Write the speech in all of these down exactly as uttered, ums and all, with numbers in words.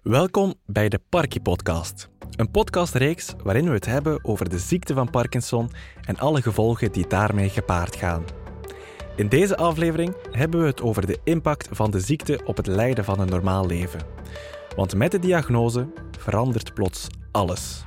Welkom bij de Parkie-podcast. Een podcastreeks waarin we het hebben over de ziekte van Parkinson en alle gevolgen die daarmee gepaard gaan. In deze aflevering hebben we het over de impact van de ziekte op het leiden van een normaal leven. Want met de diagnose verandert plots alles.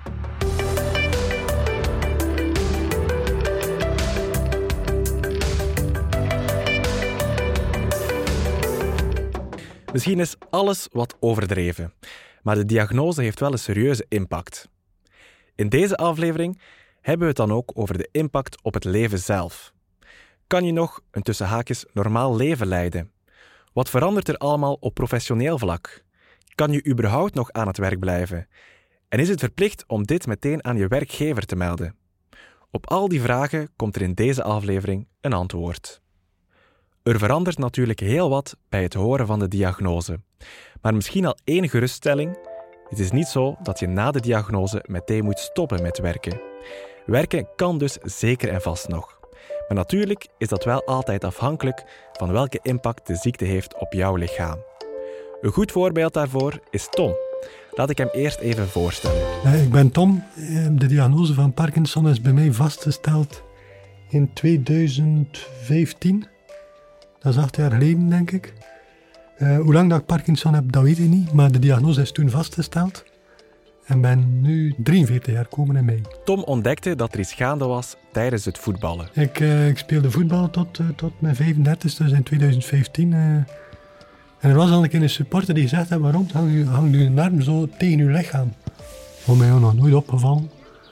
Misschien is alles wat overdreven, maar de diagnose heeft wel een serieuze impact. In deze aflevering hebben we het dan ook over de impact op het leven zelf. Kan je nog een tussen haakjes normaal leven leiden? Wat verandert er allemaal op professioneel vlak? Kan je überhaupt nog aan het werk blijven? En is het verplicht om dit meteen aan je werkgever te melden? Op al die vragen komt er in deze aflevering een antwoord. Er verandert natuurlijk heel wat bij het horen van de diagnose. Maar misschien al één geruststelling. Het is niet zo dat je na de diagnose meteen moet stoppen met werken. Werken kan dus zeker en vast nog. Maar natuurlijk is dat wel altijd afhankelijk van welke impact de ziekte heeft op jouw lichaam. Een goed voorbeeld daarvoor is Tom. Laat ik hem eerst even voorstellen. Ik ben Tom. De diagnose van Parkinson is bij mij vastgesteld in tweeduizend vijftien. Dat is acht jaar geleden, denk ik. Uh, hoe lang dat ik Parkinson heb, dat weet ik niet. Maar de diagnose is toen vastgesteld. En ben nu drieënveertig jaar komen in mei. Tom ontdekte dat er iets gaande was tijdens het voetballen. Ik, uh, ik speelde voetbal tot, uh, tot mijn vijfendertigste, dus in tweeduizend vijftien. Uh, en er was al een keer een supporter die gezegd had, waarom hang je, hang je een arm zo tegen je lichaam? Dat is mij nog nooit opgevallen.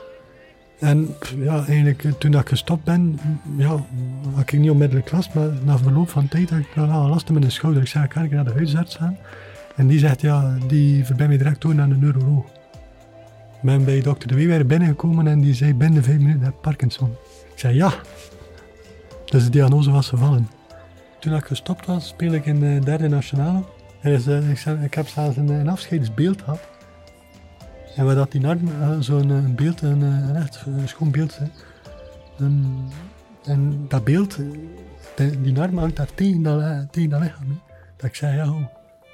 En ja, eigenlijk toen ik gestopt ben, ja, had ik niet onmiddellijk last, maar na verloop van tijd had ik wel last met mijn schouder. Ik zei, kan ik naar de huisarts gaan? En die zegt, ja, die verbindt mij direct door naar de neuroloog. Ik ben bij dokter De Weewer binnengekomen en die zei, binnen vijf minuten heb je Parkinson. Ik zei, ja. Dus de diagnose was gevallen. Toen ik gestopt was, speelde ik in de derde nationale. En dus, uh, ik, zei, ik heb zelfs een, een afscheidsbeeld gehad. En waar dat die arm, uh, zo'n uh, beeld, een, een echt uh, schoon beeld. Um, en dat beeld, de, die arm hangt daar tegen dat, uh, tegen dat lichaam. He. Dat ik zei, ja, oh.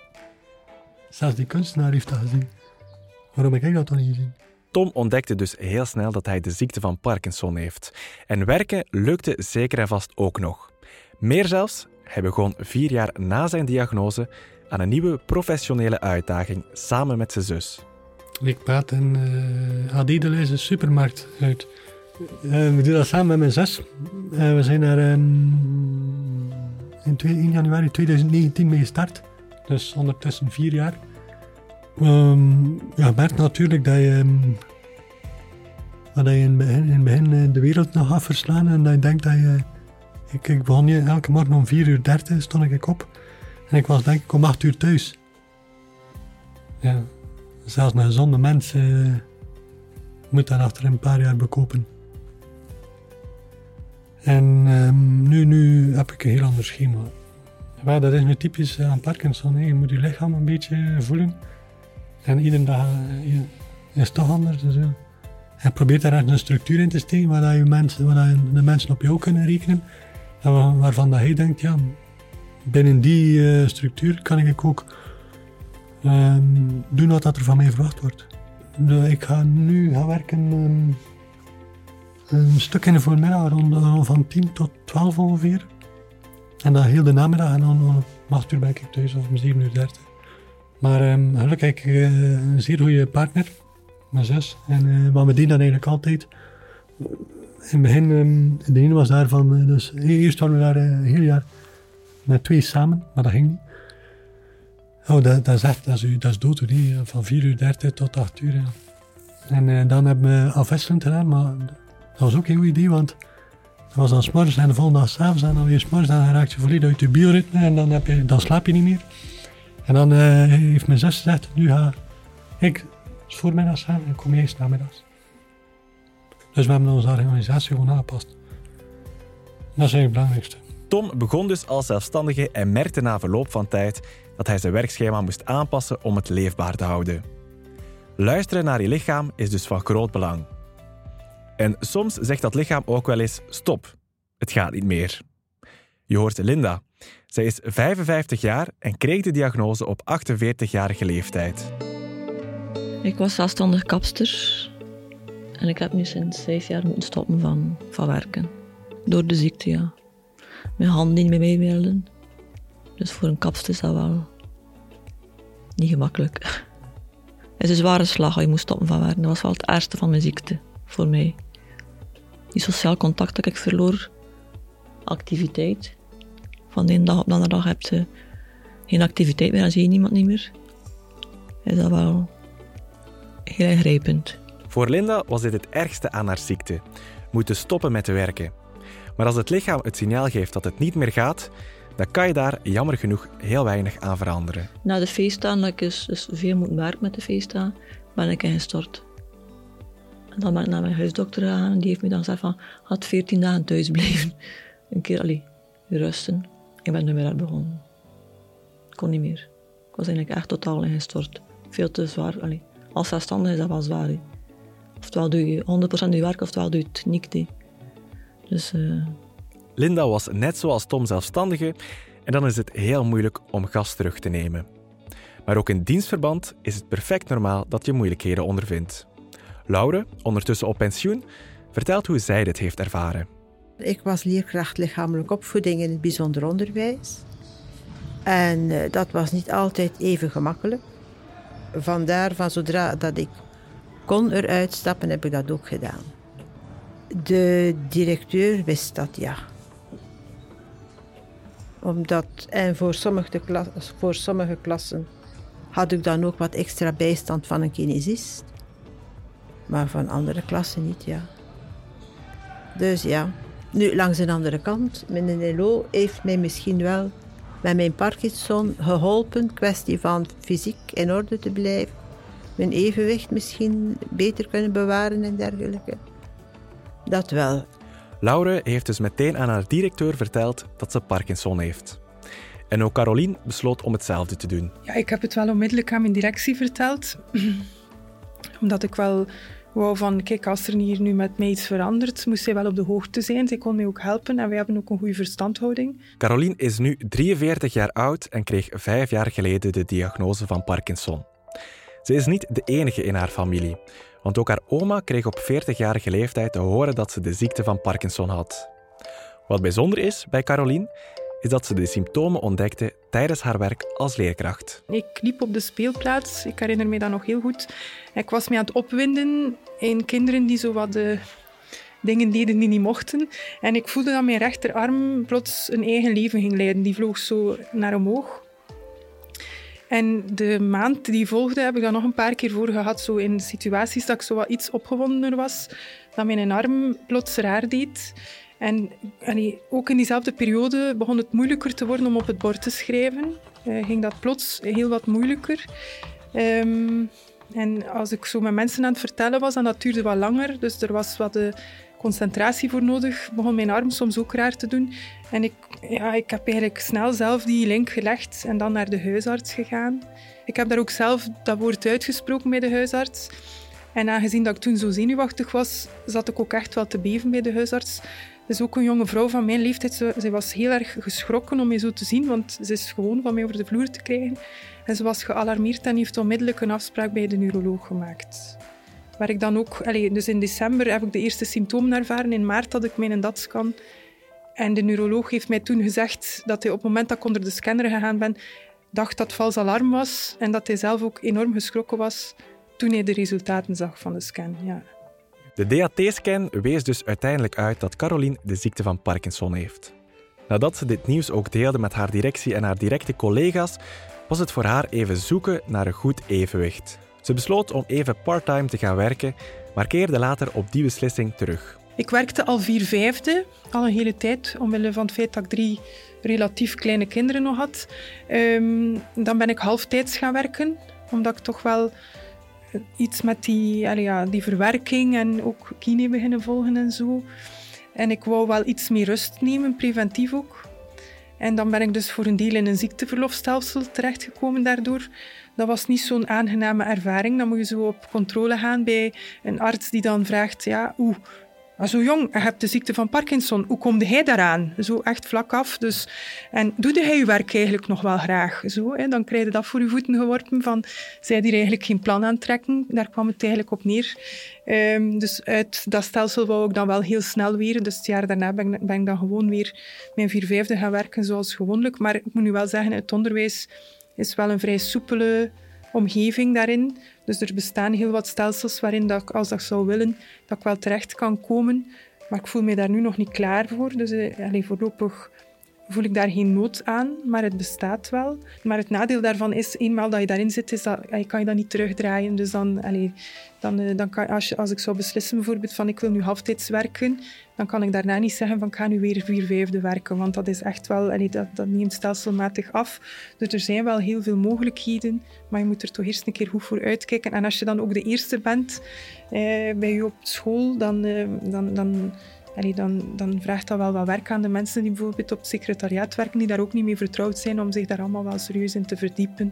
Zelfs die kunstenaar heeft dat gezien. Waarom heb ik dat dan niet gezien? Tom ontdekte dus heel snel dat hij de ziekte van Parkinson heeft. En werken lukte zeker en vast ook nog. Meer zelfs, hij begon vier jaar na zijn diagnose aan een nieuwe professionele uitdaging samen met zijn zus. Ik praat een uh, Adidelijze supermarkt uit. Uh, we doen dat samen met mijn zus. Uh, we zijn daar um, in één januari tweeduizend negentien mee gestart. Dus ondertussen vier jaar. Um, ja, je merkt natuurlijk dat je, um, dat je in het begin, in het begin de wereld nog gaat verslaan. En dat je denkt dat je... Ik, ik begon hier elke morgen om vier uur dertig stond ik op. En ik was denk ik om acht uur thuis. Ja. Zelfs een gezonde mens uh, moet dat achter een paar jaar bekopen. En um, nu, nu heb ik een heel ander schema. Maar dat is nu typisch aan Parkinson. Hè. Je moet je lichaam een beetje voelen. En iedere dag uh, is het toch anders. Dus, ja. En probeer daar echt een structuur in te steken waar, je mensen, waar je de mensen op jou kunnen rekenen. En waarvan dat hij denkt, ja, binnen die uh, structuur kan ik ook Um, doen wat er van mij verwacht wordt. De, ik ga nu gaan werken um, een stuk in de voormiddag, rond, rond van tien tot twaalf ongeveer. En dan heel de namiddag en dan om acht uur ben ik thuis of om zeven uur dertig. Maar um, gelukkig heb ik uh, een zeer goede partner, mijn zus. En uh, wat we deden dat eigenlijk altijd. In het begin, um, de ene was daarvan, uh, dus eerst waren we daar uh, een heel jaar met twee samen, maar dat ging niet. Oh, dat, dat is echt, dat is, dat is dood hoor, nie? Van vier uur dertig tot acht uur. Ja. En uh, dan hebben we afwisselend gedaan, maar dat was ook een goed idee, want dat was dan 's morgens en de volgende dag 's avonds en dan weer 's morgens, dan raak je volledig uit je bioritme en dan, heb je, dan slaap je niet meer. En dan uh, heeft mijn zus gezegd, nu ga ik 's voormiddags gaan en kom jij 's namiddags. Dus we hebben onze organisatie gewoon aangepast. Dat is eigenlijk het belangrijkste. Tom begon dus als zelfstandige en merkte na verloop van tijd dat hij zijn werkschema moest aanpassen om het leefbaar te houden. Luisteren naar je lichaam is dus van groot belang. En soms zegt dat lichaam ook wel eens, stop, het gaat niet meer. Je hoort Linda. Zij is vijfenvijftig jaar en kreeg de diagnose op achtenveertigjarige leeftijd. Ik was zelfstandig kapster en ik heb nu sinds vijf jaar moeten stoppen van, van werken. Door de ziekte, ja. Mijn handen niet meer mee wilden. Dus voor een kapster is dat wel niet gemakkelijk. Het is een zware slag als je moet stoppen van werken. Dat was wel het ergste van mijn ziekte, voor mij. Die sociaal contact dat ik verloor, activiteit. Van de ene dag op de andere dag heb je geen activiteit meer en zie je niemand niet meer. Is dat wel heel ingrijpend. Voor Linda was dit het ergste aan haar ziekte. Moeten stoppen met te werken. Maar als het lichaam het signaal geeft dat het niet meer gaat, dan kan je daar jammer genoeg heel weinig aan veranderen. Na de feestdagen, dat ik dus, dus veel moet werken met de feestdagen, ben ik ingestort. En dan ben ik naar mijn huisdokter gegaan en die heeft me dan gezegd van, had veertien dagen thuis blijven. Een keer, allee, rusten. Ik ben nu weer begonnen. Ik kon niet meer. Ik was eigenlijk echt totaal ingestort. Veel te zwaar. Allee, als zelfstandig is dat wel zwaar. He. Oftewel doe je honderd procent je werk, oftewel doe je het niet. He. Dus... Uh... Linda was net zoals Tom zelfstandige en dan is het heel moeilijk om gas terug te nemen. Maar ook in dienstverband is het perfect normaal dat je moeilijkheden ondervindt. Laure, ondertussen op pensioen, vertelt hoe zij dit heeft ervaren. Ik was leerkracht lichamelijke opvoeding in het bijzonder onderwijs. En uh, dat was niet altijd even gemakkelijk. Vandaar, van zodra dat ik kon eruit stappen, heb ik dat ook gedaan. De directeur wist dat, ja. Omdat, en voor sommige, klas, voor sommige klassen had ik dan ook wat extra bijstand van een kinesist. Maar van andere klassen niet, ja. Dus ja. Nu, langs de andere kant, mijn L O heeft mij misschien wel met mijn Parkinson geholpen. Kwestie van fysiek in orde te blijven. Mijn evenwicht misschien beter kunnen bewaren en dergelijke. Dat wel. Laure heeft dus meteen aan haar directeur verteld dat ze Parkinson heeft. En ook Caroline besloot om hetzelfde te doen. Ja, ik heb het wel onmiddellijk aan mijn directie verteld. Omdat ik wel wou van, kijk, als er hier nu met mij iets verandert, moest zij wel op de hoogte zijn. Zij kon mij ook helpen en wij hebben ook een goede verstandhouding. Caroline is nu drieënveertig jaar oud en kreeg vijf jaar geleden de diagnose van Parkinson. Ze is niet de enige in haar familie. Want ook haar oma kreeg op veertigjarige leeftijd te horen dat ze de ziekte van Parkinson had. Wat bijzonder is bij Caroline, is dat ze de symptomen ontdekte tijdens haar werk als leerkracht. Ik liep op de speelplaats, ik herinner me dat nog heel goed. Ik was me aan het opwinden in kinderen die zo wat de dingen deden die niet mochten. En ik voelde dat mijn rechterarm plots een eigen leven ging leiden. Die vloog zo naar omhoog. En de maand die volgde heb ik dat nog een paar keer voor gehad. Zo in situaties dat ik zo wat iets opgewondener was. Dat mijn arm plots raar deed. En allee, ook in diezelfde periode begon het moeilijker te worden om op het bord te schrijven. Uh, ging dat plots heel wat moeilijker. Um, en als ik zo met mensen aan het vertellen was, dan dat duurde wat langer. Dus er was wat de concentratie voor nodig. Begon mijn arm soms ook raar te doen. En ik, ja, ik heb eigenlijk snel zelf die link gelegd en dan naar de huisarts gegaan. Ik heb daar ook zelf dat woord uitgesproken bij de huisarts. En aangezien dat ik toen zo zenuwachtig was, zat ik ook echt wel te beven bij de huisarts. Dus ook een jonge vrouw van mijn leeftijd, ze, ze was heel erg geschrokken om mij zo te zien, want ze is gewoon van mij over de vloer te krijgen. En ze was gealarmeerd en heeft onmiddellijk een afspraak bij de neuroloog gemaakt. Waar ik dan ook, allez, dus in december heb ik de eerste symptomen ervaren. In maart had ik mijn D A T-scan. En de neuroloog heeft mij toen gezegd dat hij op het moment dat ik onder de scanner gegaan ben, dacht dat het vals alarm was. En dat hij zelf ook enorm geschrokken was toen hij de resultaten zag van de scan. Ja. De D A T-scan wees dus uiteindelijk uit dat Caroline de ziekte van Parkinson heeft. Nadat ze dit nieuws ook deelde met haar directie en haar directe collega's, was het voor haar even zoeken naar een goed evenwicht. Ze besloot om even parttime te gaan werken, maar keerde later op die beslissing terug. Ik werkte al vier vijfde, al een hele tijd, omwille van het feit dat ik drie relatief kleine kinderen nog had. Um, dan ben ik halftijds gaan werken, omdat ik toch wel iets met die, allee, ja, die verwerking en ook kine beginnen volgen en zo. En ik wou wel iets meer rust nemen, preventief ook. En dan ben ik dus voor een deel in een ziekteverlofstelsel terechtgekomen daardoor. Dat was niet zo'n aangename ervaring. Dan moet je zo op controle gaan bij een arts die dan vraagt, ja, oeh, zo jong, je hebt de ziekte van Parkinson, hoe kom jij daaraan? Zo echt vlak af. Dus, en doe jij je werk eigenlijk nog wel graag? Zo, hè? Dan krijg je dat voor je voeten geworpen van, zij hier eigenlijk geen plan aan trekken? Daar kwam het eigenlijk op neer. Um, dus uit dat stelsel wou ik dan wel heel snel weer. Dus het jaar daarna ben ik, ben ik dan gewoon weer mijn vier vijfde gaan werken zoals gewoonlijk. Maar ik moet nu wel zeggen, het onderwijs is wel een vrij soepele omgeving daarin. Dus er bestaan heel wat stelsels waarin dat ik, als dat zou willen, dat ik wel terecht kan komen. Maar ik voel me daar nu nog niet klaar voor. Dus eh, allez, voorlopig voel ik daar geen nood aan, maar het bestaat wel. Maar het nadeel daarvan is, eenmaal dat je daarin zit, is dat, je kan je dat niet terugdraaien. Dus dan, allez, dan, dan kan, als, je, als ik zou beslissen bijvoorbeeld van ik wil nu halftijds werken, dan kan ik daarna niet zeggen van ik ga nu weer vier vijfde werken, want dat is echt wel, allez, dat, dat neemt stelselmatig af. Dus er zijn wel heel veel mogelijkheden, maar je moet er toch eerst een keer goed voor uitkijken. En als je dan ook de eerste bent eh, bij je op school, dan... Eh, dan, dan Allee, dan, dan vraagt dat wel wat werk aan de mensen die bijvoorbeeld op het secretariaat werken, die daar ook niet mee vertrouwd zijn om zich daar allemaal wel serieus in te verdiepen.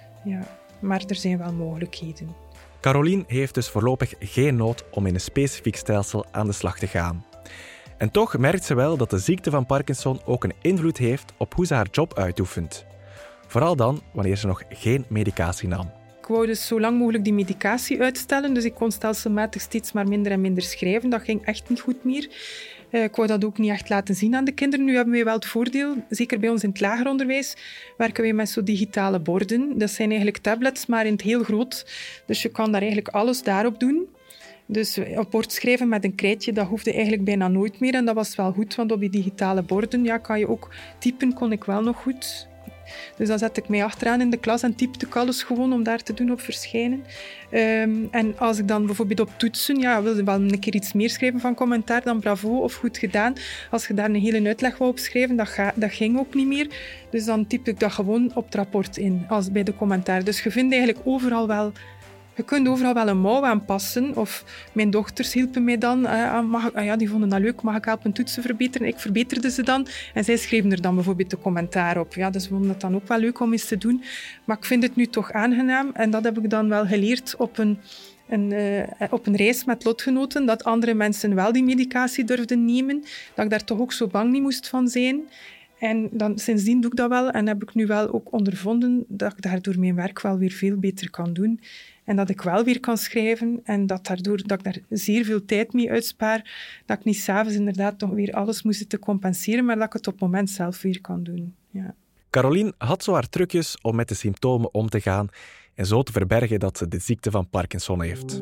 Ja, maar er zijn wel mogelijkheden. Carolien heeft dus voorlopig geen nood om in een specifiek stelsel aan de slag te gaan. En toch merkt ze wel dat de ziekte van Parkinson ook een invloed heeft op hoe ze haar job uitoefent. Vooral dan wanneer ze nog geen medicatie nam. Ik wou dus zo lang mogelijk die medicatie uitstellen, dus ik kon stelselmatig steeds maar minder en minder schrijven. Dat ging echt niet goed meer. Uh, ik wou dat ook niet echt laten zien aan de kinderen. Nu hebben wij wel het voordeel, zeker bij ons in het lager onderwijs, werken wij met zo digitale borden. Dat zijn eigenlijk tablets, maar in het heel groot. Dus je kan daar eigenlijk alles daarop doen. Dus op bord schrijven met een krijtje, dat hoefde eigenlijk bijna nooit meer. En dat was wel goed, want op die digitale borden ja, kan je ook typen, kon ik wel nog goed. Dus dan zet ik mij achteraan in de klas en typte ik alles gewoon om daar te doen op verschijnen. Um, en als ik dan bijvoorbeeld op toetsen, ja, wilde wel een keer iets meer schrijven van commentaar, dan bravo of goed gedaan. Als je daar een hele uitleg wou opschrijven, dat, ga, dat ging ook niet meer. Dus dan typ ik dat gewoon op het rapport in, als bij de commentaar. Dus je vindt eigenlijk overal wel... Je kunt overal wel een mouw aanpassen. Of mijn dochters hielpen mij dan. Uh, mag, uh, ja, die vonden dat leuk. Mag ik helpen toetsen verbeteren? Ik verbeterde ze dan. En zij schreven er dan bijvoorbeeld een commentaar op. Ja, dus ze vonden het dan ook wel leuk om eens te doen. Maar ik vind het nu toch aangenaam. En dat heb ik dan wel geleerd op een, een, uh, op een reis met lotgenoten. Dat andere mensen wel die medicatie durfden nemen. Dat ik daar toch ook zo bang niet moest van zijn. En dan, sindsdien doe ik dat wel. En heb ik nu wel ook ondervonden dat ik daardoor mijn werk wel weer veel beter kan doen. En dat ik wel weer kan schrijven en dat, daardoor, dat ik daar zeer veel tijd mee uitspaar. Dat ik niet s'avonds inderdaad toch weer alles moest zitten compenseren, maar dat ik het op het moment zelf weer kan doen. Ja. Carolien had zo haar trucjes om met de symptomen om te gaan en zo te verbergen dat ze de ziekte van Parkinson heeft.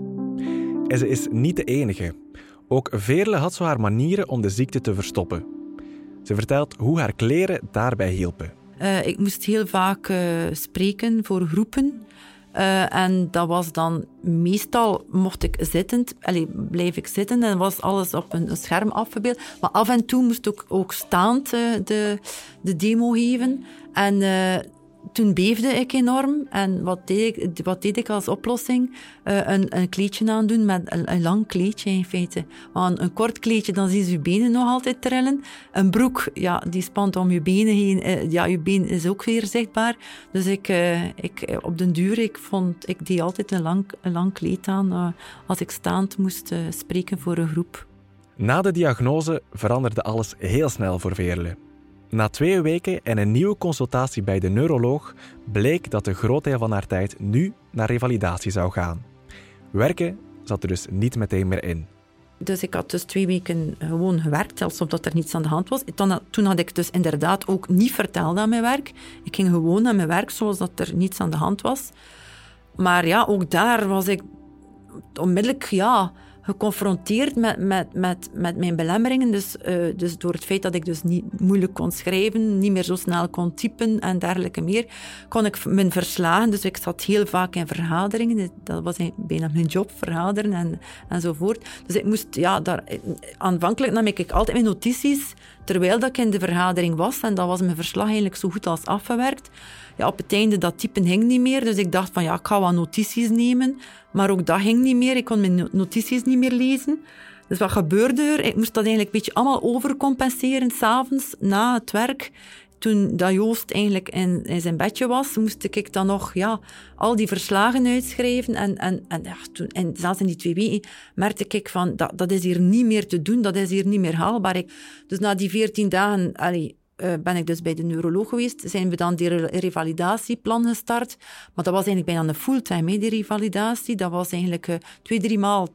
En ze is niet de enige. Ook Veerle had zo haar manieren om de ziekte te verstoppen. Ze vertelt hoe haar kleren daarbij hielpen. Uh, ik moest heel vaak uh, spreken voor groepen. Uh, en dat was dan meestal, mocht ik zittend, allez, blijf ik zitten en was alles op een, een scherm afgebeeld. Maar af en toe moest ik ook staand uh, de, de demo geven. En uh, toen beefde ik enorm. En wat deed ik, wat deed ik als oplossing? Uh, een, een kleedje aandoen met een, een lang kleedje in feite. Want een kort kleedje, dan zie je je benen nog altijd trillen. Een broek, ja, die spant om je benen heen. Uh, ja, je been is ook weer zichtbaar. Dus ik, uh, ik op den duur, ik vond, ik deed altijd een lang, een lang kleed aan uh, als ik staand moest uh, spreken voor een groep. Na de diagnose veranderde alles heel snel voor Veerle. Na twee weken en een nieuwe consultatie bij de neuroloog bleek dat een groot deel van haar tijd nu naar revalidatie zou gaan. Werken zat er dus niet meteen meer in. Dus ik had dus twee weken gewoon gewerkt, alsof dat er niets aan de hand was. Toen had ik dus inderdaad ook niet verteld aan mijn werk. Ik ging gewoon naar mijn werk, zoals dat er niets aan de hand was. Maar ja, ook daar was ik onmiddellijk ja, geconfronteerd met, met, met, met mijn belemmeringen. Dus, uh, dus door het feit dat ik dus niet moeilijk kon schrijven, niet meer zo snel kon typen en dergelijke meer, kon ik me verslagen. Dus ik zat heel vaak in vergaderingen. Dat was bijna mijn job, vergaderen en, enzovoort. Dus ik moest, ja, daar, aanvankelijk nam ik altijd mijn notities terwijl dat ik in de vergadering was. En dat was mijn verslag eigenlijk zo goed als afgewerkt. Ja, op het einde, dat typen ging niet meer. Dus ik dacht van, ja, ik ga wat notities nemen. Maar ook dat ging niet meer. Ik kon mijn notities niet meer lezen. Dus wat gebeurde er? Ik moest dat eigenlijk een beetje allemaal overcompenseren, 's avonds, na het werk. toen dat Joost eigenlijk in, in zijn bedje was, moest ik dan nog ja, al die verslagen uitschrijven. En, en, en, ja, toen, en zelfs in die twee weken merkte ik van, dat, dat is hier niet meer te doen, dat is hier niet meer haalbaar. Ik, dus na die veertien dagen allee, uh, ben ik dus bij de neuroloog geweest. Zijn we dan die revalidatieplan gestart. Maar dat was eigenlijk bijna een fulltime, he, die revalidatie. Dat was eigenlijk uh, twee, drie maal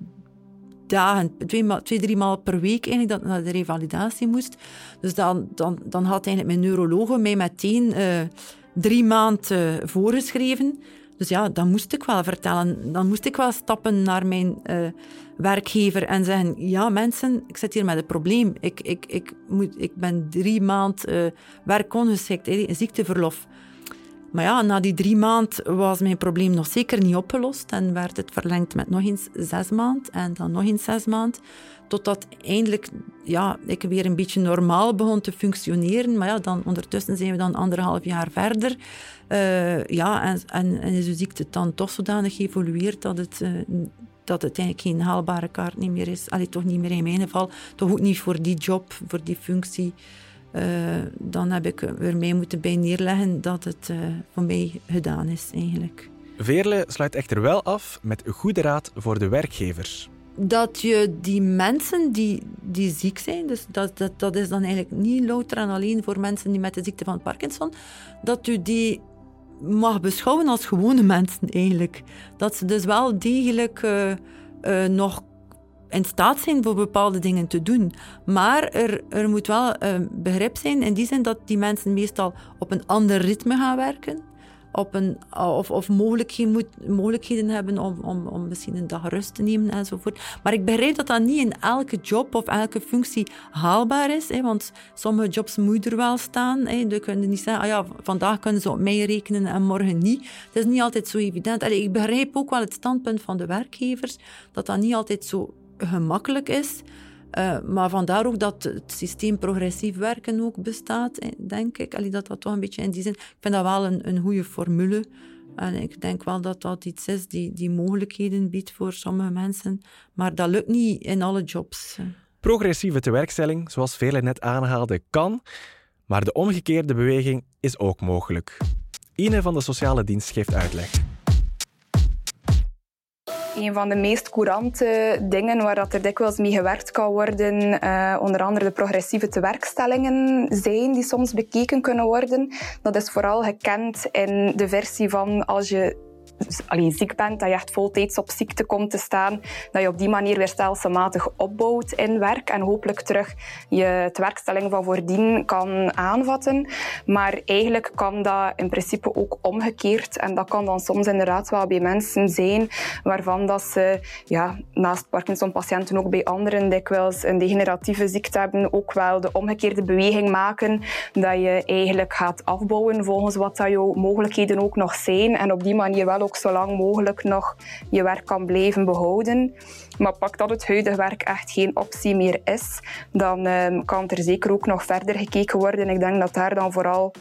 dagen, twee, twee, drie maal per week eigenlijk dat naar de revalidatie moest. Dus dan, dan, dan had eigenlijk mijn neurologe mij meteen uh, drie maanden uh, voorgeschreven. Dus ja, dan moest ik wel vertellen. Dan moest ik wel stappen naar mijn uh, werkgever en zeggen, ja mensen, ik zit hier met een probleem. Ik, ik, ik, moet, ik ben drie maanden uh, werkongeschikt, hè, ziekteverlof. Maar ja, na die drie maanden was mijn probleem nog zeker niet opgelost en werd het verlengd met nog eens zes maanden en dan nog eens zes maanden. Totdat eindelijk ja, ik weer een beetje normaal begon te functioneren. Maar ja, dan, ondertussen zijn we dan anderhalf jaar verder. Uh, ja, en, en, en is de ziekte dan toch zodanig geëvolueerd dat het, uh, dat het eigenlijk geen haalbare kaart niet meer is. Allee, toch niet meer in mijn geval. Toch ook niet voor die job, voor die functie. Uh, dan heb ik er mij moeten bij neerleggen dat het uh, voor mij gedaan is, eigenlijk. Veerle sluit echter wel af met een goede raad voor de werkgevers. Dat je die mensen die, die ziek zijn, dus dat, dat, dat is dan eigenlijk niet louter en alleen voor mensen die met de ziekte van Parkinson, dat je die mag beschouwen als gewone mensen, eigenlijk. Dat ze dus wel degelijk uh, uh, nog in staat zijn voor bepaalde dingen te doen. Maar er, er moet wel uh, begrip zijn in die zin dat die mensen meestal op een ander ritme gaan werken. Op een, of of mogelijkheden, moet, mogelijkheden hebben om, om, om misschien een dag rust te nemen enzovoort. Maar ik begrijp dat dat niet in elke job of elke functie haalbaar is. Hè, want sommige jobs moet er wel staan. Hè. Dan kunnen niet zeggen, ah ja, vandaag kunnen ze op mij rekenen en morgen niet. Het is niet altijd zo evident. Allee, ik begrijp ook wel het standpunt van de werkgevers, dat dat niet altijd zo gemakkelijk is. Uh, maar vandaar ook dat het systeem progressief werken ook bestaat, denk ik. Allee, dat dat toch een beetje in die zin... Ik vind dat wel een, een goede formule. En ik denk wel dat dat iets is die, die mogelijkheden biedt voor sommige mensen. Maar dat lukt niet in alle jobs. Progressieve tewerkstelling, zoals velen net aanhaalden, kan. Maar de omgekeerde beweging is ook mogelijk. Ine van de sociale dienst geeft uitleg. Een van de meest courante dingen waar dat er dikwijls mee gewerkt kan worden, uh, onder andere de progressieve tewerkstellingen zijn die soms bekeken kunnen worden. Dat is vooral gekend in de versie van als je Allee, ziek bent, dat je echt voltijds op ziekte komt te staan, dat je op die manier weer stelselmatig opbouwt in werk en hopelijk terug je tewerkstelling van voordien kan aanvatten. Maar eigenlijk kan dat in principe ook omgekeerd en dat kan dan soms inderdaad wel bij mensen zijn waarvan dat ze ja, naast Parkinson-patiënten ook bij anderen dikwijls een degeneratieve ziekte hebben, ook wel de omgekeerde beweging maken dat je eigenlijk gaat afbouwen volgens wat dat jouw mogelijkheden ook nog zijn en op die manier wel ook zo lang mogelijk nog je werk kan blijven behouden. Maar pak dat het huidige werk echt geen optie meer is, dan um, kan er zeker ook nog verder gekeken worden. Ik denk dat daar dan vooral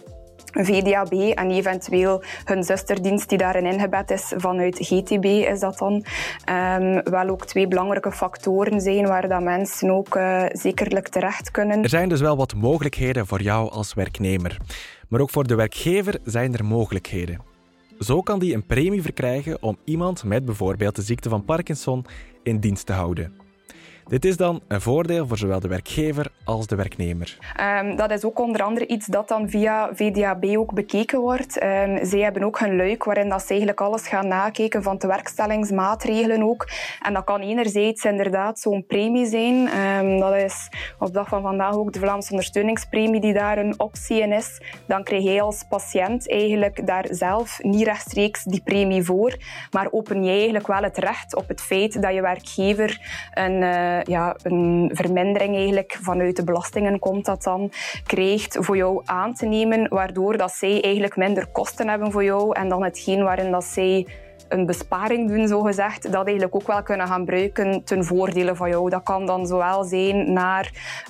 V D A B en eventueel hun zusterdienst die daarin ingebed is vanuit G T B is dat dan um, wel ook twee belangrijke factoren zijn waar dat mensen ook uh, zekerlijk terecht kunnen. Er zijn dus wel wat mogelijkheden voor jou als werknemer. Maar ook voor de werkgever zijn er mogelijkheden. Zo kan die een premie verkrijgen om iemand met bijvoorbeeld de ziekte van Parkinson in dienst te houden. Dit is dan een voordeel voor zowel de werkgever als de werknemer. Um, dat is ook onder andere iets dat dan via V D A B ook bekeken wordt. Um, zij hebben ook hun luik waarin dat ze eigenlijk alles gaan nakijken van tewerkstellingsmaatregelen ook. En dat kan enerzijds inderdaad zo'n premie zijn. Um, dat is op de dag van vandaag ook de Vlaamse ondersteuningspremie die daar een optie in is. Dan krijg jij als patiënt eigenlijk daar zelf niet rechtstreeks die premie voor, maar open jij eigenlijk wel het recht op het feit dat je werkgever een uh, ja, een vermindering eigenlijk vanuit de belastingen komt dat dan, krijgt voor jou aan te nemen, waardoor dat zij eigenlijk minder kosten hebben voor jou en dan hetgeen waarin dat zij een besparing doen, zogezegd, dat eigenlijk ook wel kunnen gaan gebruiken ten voordele van jou. Dat kan dan zowel zijn naar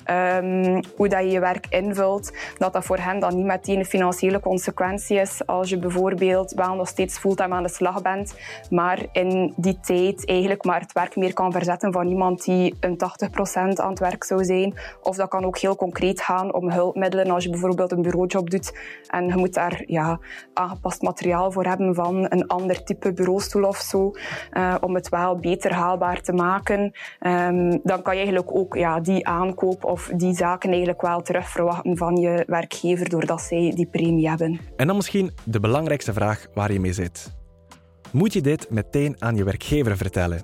um, hoe dat je je werk invult, dat dat voor hen dan niet meteen een financiële consequentie is als je bijvoorbeeld wel nog steeds fulltime aan de slag bent, maar in die tijd eigenlijk maar het werk meer kan verzetten van iemand die een tachtig procent aan het werk zou zijn. Of dat kan ook heel concreet gaan om hulpmiddelen als je bijvoorbeeld een bureaujob doet en je moet daar ja, aangepast materiaal voor hebben van een ander type bureaustoel of zo, uh, om het wel beter haalbaar te maken. Um, dan kan je eigenlijk ook ja, die aankoop of die zaken eigenlijk wel terugverwachten van je werkgever doordat zij die premie hebben. En dan misschien de belangrijkste vraag waar je mee zit. Moet je dit meteen aan je werkgever vertellen?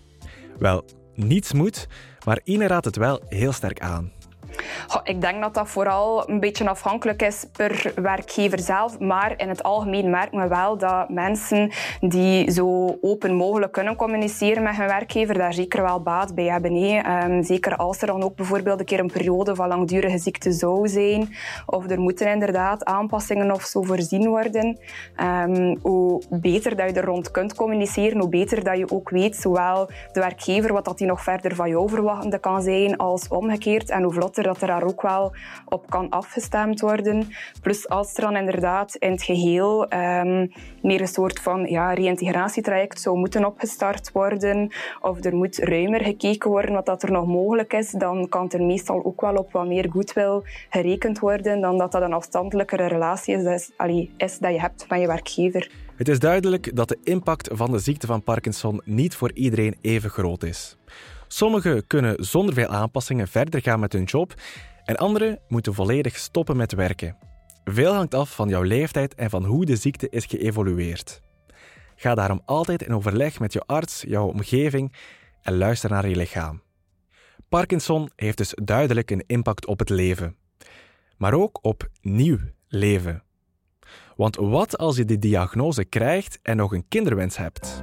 Wel, niets moet, maar Ine raadt het wel heel sterk aan. Goh, ik denk dat dat vooral een beetje afhankelijk is per werkgever zelf, maar in het algemeen merken we wel dat mensen die zo open mogelijk kunnen communiceren met hun werkgever, daar zeker wel baat bij hebben. Um, zeker als er dan ook bijvoorbeeld een keer een periode van langdurige ziekte zou zijn, of er moeten inderdaad aanpassingen of zo voorzien worden. Um, hoe beter dat je er rond kunt communiceren, hoe beter dat je ook weet, zowel de werkgever, wat dat die nog verder van jou verwachtende kan zijn, als omgekeerd, en hoe vlotter dat er daar ook wel op kan afgestemd worden. Plus als er dan inderdaad in het geheel um, meer een soort van ja, reïntegratietraject zou moeten opgestart worden, of er moet ruimer gekeken worden wat dat er nog mogelijk is, dan kan er meestal ook wel op wat meer goodwill gerekend worden dan dat dat een afstandelijkere relatie is, dat is, allee, is dat je hebt met je werkgever. Het is duidelijk dat de impact van de ziekte van Parkinson niet voor iedereen even groot is. Sommigen kunnen zonder veel aanpassingen verder gaan met hun job en anderen moeten volledig stoppen met werken. Veel hangt af van jouw leeftijd en van hoe de ziekte is geëvolueerd. Ga daarom altijd in overleg met je arts, jouw omgeving en luister naar je lichaam. Parkinson heeft dus duidelijk een impact op het leven, maar ook op nieuw leven. Want wat als je die diagnose krijgt en nog een kinderwens hebt?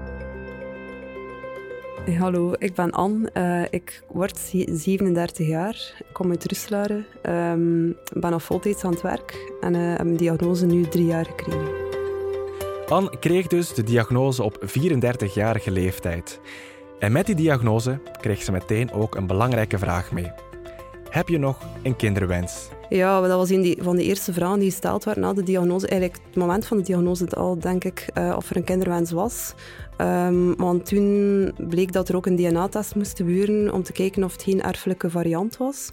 Hallo, ik ben Anne. Uh, ik word zevenendertig jaar. Ik kom uit Roeselare. Um, ik ben al voltijds aan het werk en uh, heb mijn diagnose nu drie jaar gekregen. Anne kreeg dus de diagnose op vierendertigjarige leeftijd. En met die diagnose kreeg ze meteen ook een belangrijke vraag mee. Heb je nog een kinderwens? Ja, dat was een van de eerste vragen die gesteld werden na de diagnose. Eigenlijk het moment van de diagnose al, denk ik, uh, of er een kinderwens was. Um, want toen bleek dat er ook een D N A-test moest gebeuren om te kijken of het geen erfelijke variant was.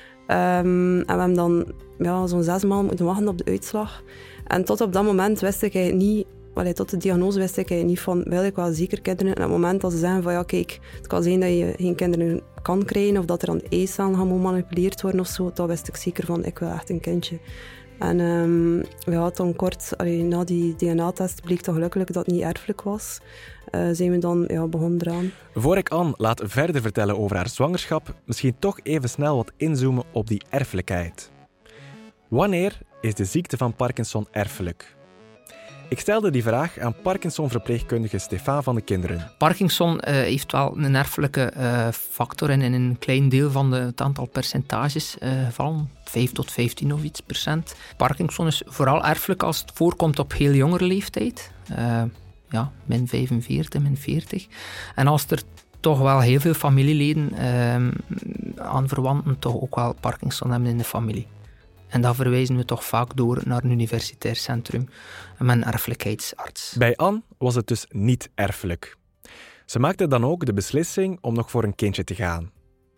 Um, en we hebben dan ja, zo'n zes maanden moeten wachten op de uitslag. En tot op dat moment wist ik eigenlijk niet... Allee, tot de diagnose wist ik eigenlijk niet van, wil ik wel zeker kinderen? En op het moment dat ze zeggen van, ja kijk, het kan zijn dat je geen kinderen kan krijgen of dat er aan de eicellen gaan gemanipuleerd worden of zo, dan wist ik zeker van, ik wil echt een kindje. En um, ja, dan kort, allee, na die D N A-test bleek dan gelukkig dat het niet erfelijk was. Uh, zijn we dan ja, begonnen eraan. Voor ik Anne laat verder vertellen over haar zwangerschap, misschien toch even snel wat inzoomen op die erfelijkheid. Wanneer is de ziekte van Parkinson erfelijk? Ik stelde die vraag aan Parkinson-verpleegkundige Stefan van de Kinderen. Parkinson uh, heeft wel een erfelijke uh, factor en in een klein deel van de, het aantal percentages uh, gevallen, vijf tot vijftien of iets procent. Parkinson is vooral erfelijk als het voorkomt op heel jongere leeftijd. Uh, ja, min vijfenveertig, min veertig. En als er toch wel heel veel familieleden uh, aan verwanten toch ook wel Parkinson hebben in de familie. En dan verwijzen we toch vaak door naar een universitair centrum met een erfelijkheidsarts. Bij Anne was het dus niet erfelijk. Ze maakte dan ook de beslissing om nog voor een kindje te gaan.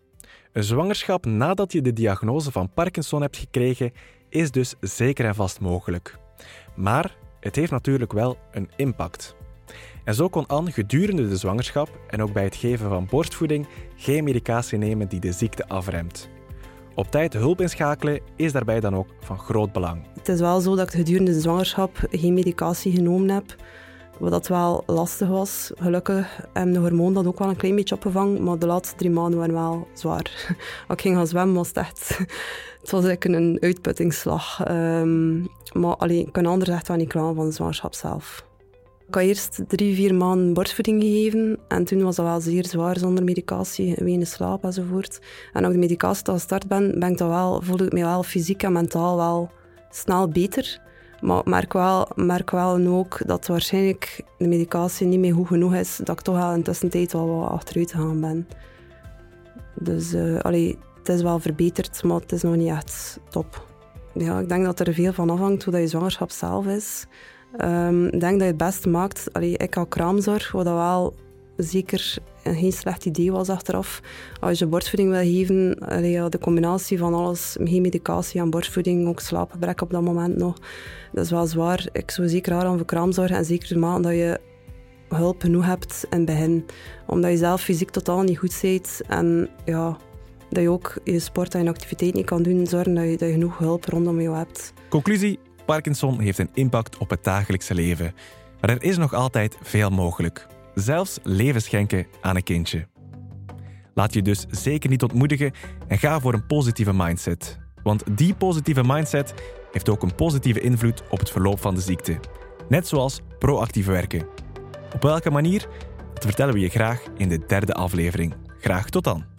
Een zwangerschap nadat je de diagnose van Parkinson hebt gekregen, is dus zeker en vast mogelijk. Maar het heeft natuurlijk wel een impact. En zo kon Anne gedurende de zwangerschap en ook bij het geven van borstvoeding geen medicatie nemen die de ziekte afremt. Op tijd hulp inschakelen is daarbij dan ook van groot belang. Het is wel zo dat ik gedurende de zwangerschap geen medicatie genomen heb, wat dat wel lastig was. Gelukkig hebben de hormonen dat ook wel een klein beetje opgevangen, maar de laatste drie maanden waren wel zwaar. Als ik ging gaan zwemmen was het echt... Het was eigenlijk een uitputtingsslag. Um, maar allee, ik kan anders echt wel niet klagen van de zwangerschap zelf. Ik had eerst drie, vier maanden borstvoeding gegeven en toen was dat wel zeer zwaar zonder medicatie, weinig slaap enzovoort. En als ik de medicatie al gestart ben, ben ik dat wel, voelde ik me wel fysiek en mentaal wel snel beter. Maar ik merk wel, merk wel ook dat waarschijnlijk de medicatie niet meer goed genoeg is, dat ik toch al in de tussentijd wel wat achteruit gegaan ben. Dus uh, allee, het is wel verbeterd, maar het is nog niet echt top. Ja, ik denk dat er veel van afhangt hoe dat je zwangerschap zelf is. Um, ik denk dat je het beste maakt. Allee, ik had kraamzorg, wat dat wel zeker geen slecht idee was achteraf. Als je borstvoeding wil geven, allee, ja, de combinatie van alles, geen medicatie en borstvoeding, ook slaapgebrek op dat moment nog, dat is wel zwaar. Ik zou zeker aan voor kraamzorg en zeker de maand dat je hulp genoeg hebt in het begin. Omdat je zelf fysiek totaal niet goed bent en ja, dat je ook je sport en je activiteit niet kan doen, zorgen dat je, dat je genoeg hulp rondom je hebt. Conclusie: Parkinson heeft een impact op het dagelijkse leven. Maar er is nog altijd veel mogelijk. Zelfs leven schenken aan een kindje. Laat je dus zeker niet ontmoedigen en ga voor een positieve mindset. Want die positieve mindset heeft ook een positieve invloed op het verloop van de ziekte. Net zoals proactief werken. Op welke manier? Dat vertellen we je graag in de derde aflevering. Graag tot dan.